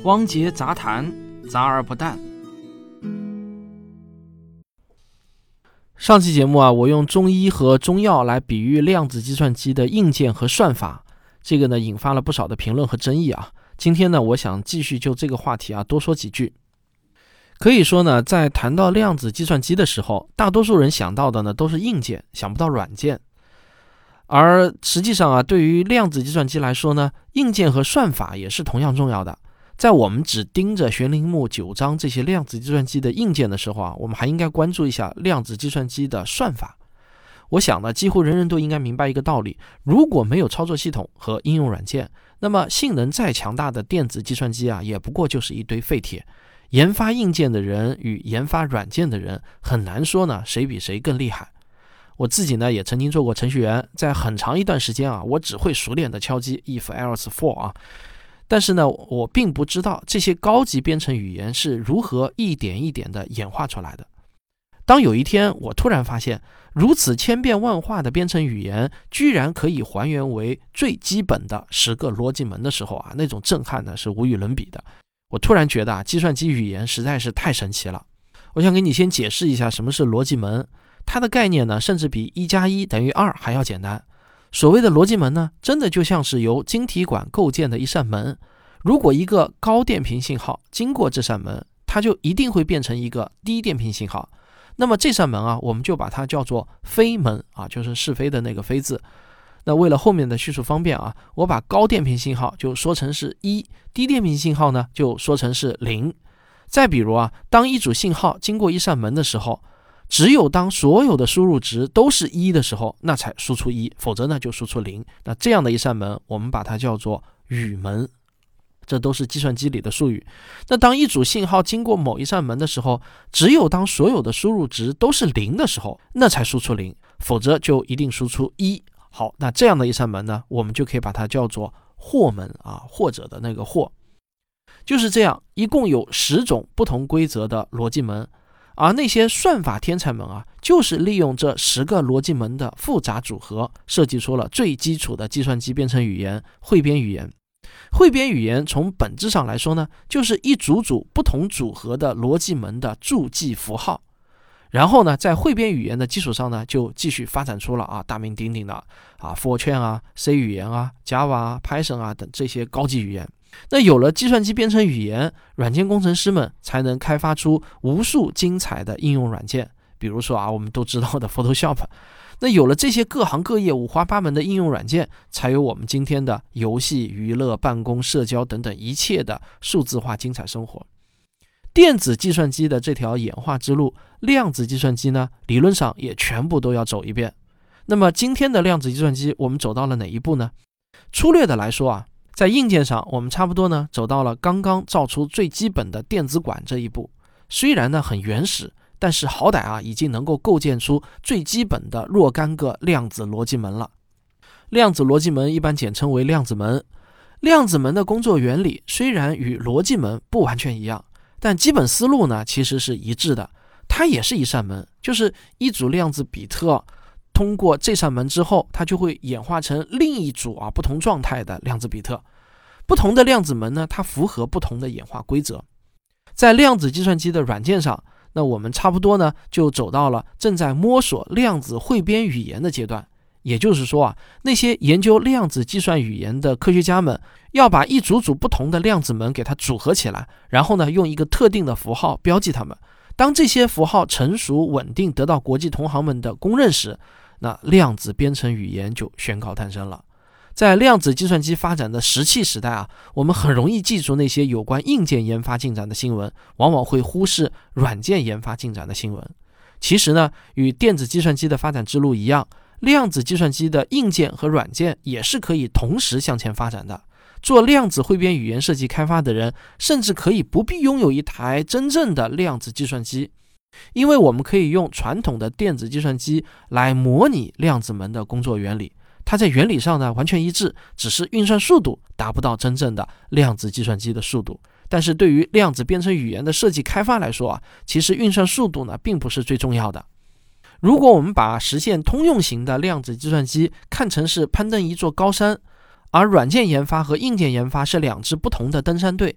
汪杰杂谈，杂而不淡。上期节目啊，我用中医和中药来比喻量子计算机的硬件和算法，这个呢引发了不少的评论和争议啊。今天呢，我想继续就这个话题啊多说几句。可以说呢，在谈到量子计算机的时候，大多数人想到的呢都是硬件，想不到软件。而实际上啊，对于量子计算机来说呢，硬件和算法也是同样重要的。在我们只盯着玄铃木9章这些量子计算机的硬件的时候啊，我们还应该关注一下量子计算机的算法。我想呢，几乎人人都应该明白一个道理：如果没有操作系统和应用软件，那么性能再强大的电子计算机啊，也不过就是一堆废铁。研发硬件的人与研发软件的人，很难说呢谁比谁更厉害。我自己呢也曾经做过程序员，在很长一段时间啊，我只会熟练的敲击 if else for 啊。但是呢，我并不知道这些高级编程语言是如何一点一点的演化出来的。当有一天我突然发现，如此千变万化的编程语言居然可以还原为最基本的10个逻辑门的时候啊，那种震撼呢是无与伦比的。我突然觉得啊，计算机语言实在是太神奇了。我想给你先解释一下什么是逻辑门，它的概念呢，甚至比1+1等于2还要简单。所谓的逻辑门呢，真的就像是由晶体管构建的一扇门。如果一个高电平信号经过这扇门，它就一定会变成一个低电平信号。那么这扇门啊，我们就把它叫做非门啊，就是是非的那个非字。那为了后面的叙述方便啊，我把高电平信号就说成是1，低电平信号呢就说成是0。再比如啊，当一组信号经过一扇门的时候，只有当所有的输入值都是1的时候，那才输出1，否则呢就输出0。那这样的一扇门，我们把它叫做语门。这都是计算机里的术语。那当一组信号经过某一扇门的时候，只有当所有的输入值都是0的时候，那才输出0，否则就一定输出1。好，那这样的一扇门呢，我们就可以把它叫做或门啊，或者的那个或。就是这样，一共有10种不同规则的逻辑门。而那些算法天才们啊，就是利用这10个逻辑门的复杂组合，设计出了最基础的计算机编程语言汇编语言。汇编语言从本质上来说呢，就是一组组不同组合的逻辑门的注记符号。然后呢，在汇编语言的基础上呢，就继续发展出了大名鼎鼎的Fortran 啊、C 语言啊、Java 啊、Python 啊等这些高级语言。那有了计算机编程语言，软件工程师们才能开发出无数精彩的应用软件，比如说我们都知道的 Photoshop。那有了这些各行各业五花八门的应用软件，才有我们今天的游戏、娱乐、办公、社交等等一切的数字化精彩生活。电子计算机的这条演化之路，量子计算机呢，理论上也全部都要走一遍。那么今天的量子计算机，我们走到了哪一步呢？粗略的来说在硬件上，我们差不多呢走到了刚刚造出最基本的电子管这一步。虽然呢很原始，但是好歹已经能够构建出最基本的若干个量子逻辑门了。量子逻辑门一般简称为量子门。量子门的工作原理虽然与逻辑门不完全一样，但基本思路呢其实是一致的。它也是一扇门，就是一组量子比特通过这扇门之后，它就会演化成另一组不同状态的量子比特。不同的量子门呢，它符合不同的演化规则。在量子计算机的软件上，那我们差不多呢就走到了正在摸索量子汇编语言的阶段。也就是说那些研究量子计算语言的科学家们要把一组组不同的量子门给它组合起来，然后呢用一个特定的符号标记它们。当这些符号成熟稳定，得到国际同行们的公认时，那量子编程语言就宣告诞生了。在量子计算机发展的石器时代我们很容易记住那些有关硬件研发进展的新闻，往往会忽视软件研发进展的新闻。其实呢，与电子计算机的发展之路一样，量子计算机的硬件和软件也是可以同时向前发展的。做量子汇编语言设计开发的人，甚至可以不必拥有一台真正的量子计算机，因为我们可以用传统的电子计算机来模拟量子门的工作原理。它在原理上呢完全一致，只是运算速度达不到真正的量子计算机的速度。但是对于量子编程语言的设计开发来说其实运算速度呢并不是最重要的。如果我们把实现通用型的量子计算机看成是攀登一座高山，而软件研发和硬件研发是2支不同的登山队，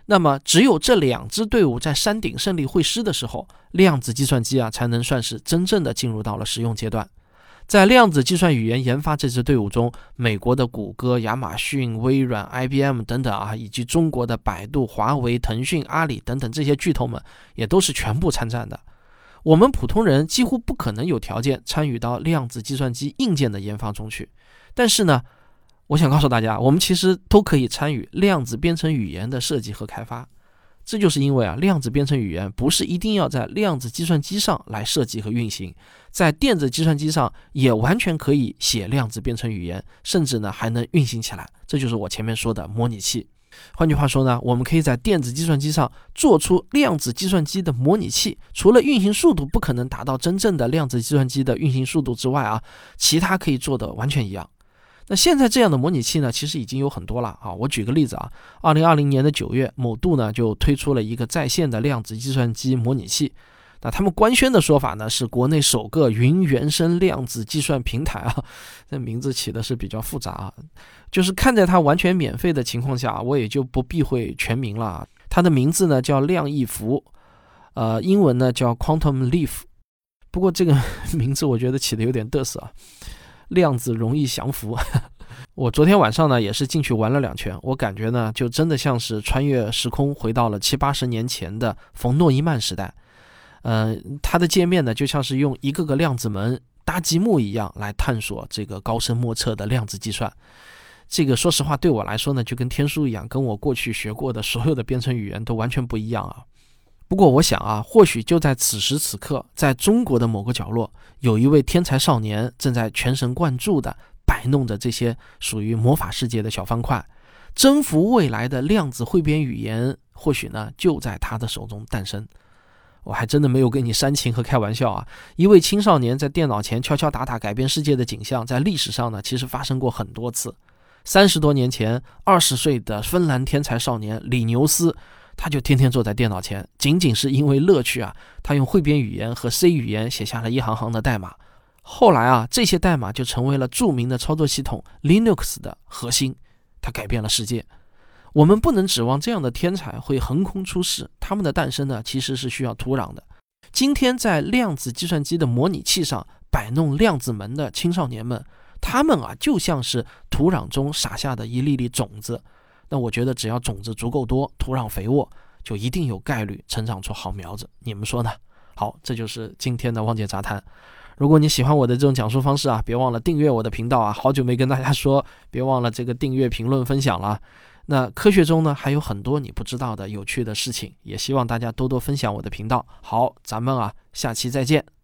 那么只有这2支队伍在山顶胜利会师的时候，量子计算机才能算是真正的进入到了实用阶段。在量子计算语言研发这支队伍中，美国的谷歌、亚马逊、微软、IBM 等等以及中国的百度、华为、腾讯、阿里等等这些巨头们也都是全部参战的。我们普通人几乎不可能有条件参与到量子计算机硬件的研发中去，但是呢，我想告诉大家，我们其实都可以参与量子编程语言的设计和开发。这就是因为量子编程语言不是一定要在量子计算机上来设计和运行，在电子计算机上也完全可以写量子编程语言，甚至呢还能运行起来。这就是我前面说的模拟器。换句话说呢，我们可以在电子计算机上做出量子计算机的模拟器，除了运行速度不可能达到真正的量子计算机的运行速度之外其他可以做的完全一样。那现在这样的模拟器呢，其实已经有很多了我举个例子2020年的9月，某度呢就推出了一个在线的量子计算机模拟器。那他们官宣的说法呢，是国内首个云原生量子计算平台这名字起的是比较复杂就是看在它完全免费的情况下，我也就不避讳全名了。它的名字呢叫量易服，英文呢叫 Quantum Leaf。不过这个名字我觉得起的有点嘚瑟量子容易降服我昨天晚上呢也是进去玩了2圈，我感觉呢就真的像是穿越时空回到了70-80年前的冯诺依曼时代。它的界面呢就像是用一个个量子门搭积木一样来探索这个高深莫测的量子计算。这个说实话对我来说呢就跟天书一样，跟我过去学过的所有的编程语言都完全不一样不过我想或许就在此时此刻，在中国的某个角落，有一位天才少年正在全神贯注地摆弄着这些属于魔法世界的小方块，征服未来的量子汇编语言，或许呢就在他的手中诞生。我还真的没有跟你煽情和开玩笑一位青少年在电脑前敲敲打打改变世界的景象，在历史上呢其实发生过很多次。30多年前，20岁的芬兰天才少年里牛斯，他就天天坐在电脑前，仅仅是因为乐趣他用汇编语言和 C 语言写下了一行行的代码。后来这些代码就成为了著名的操作系统 Linux 的核心，它改变了世界。我们不能指望这样的天才会横空出世，他们的诞生呢其实是需要土壤的。今天在量子计算机的模拟器上摆弄量子门的青少年们，他们就像是土壤中撒下的一粒粒种子。那我觉得只要种子足够多，土壤肥沃，就一定有概率成长出好苗子。你们说呢？好，这就是今天的汪姐杂谈。如果你喜欢我的这种讲述方式别忘了订阅我的频道好久没跟大家说，别忘了这个订阅、评论、分享了。那科学中呢还有很多你不知道的有趣的事情，也希望大家多多分享我的频道。好，咱们下期再见。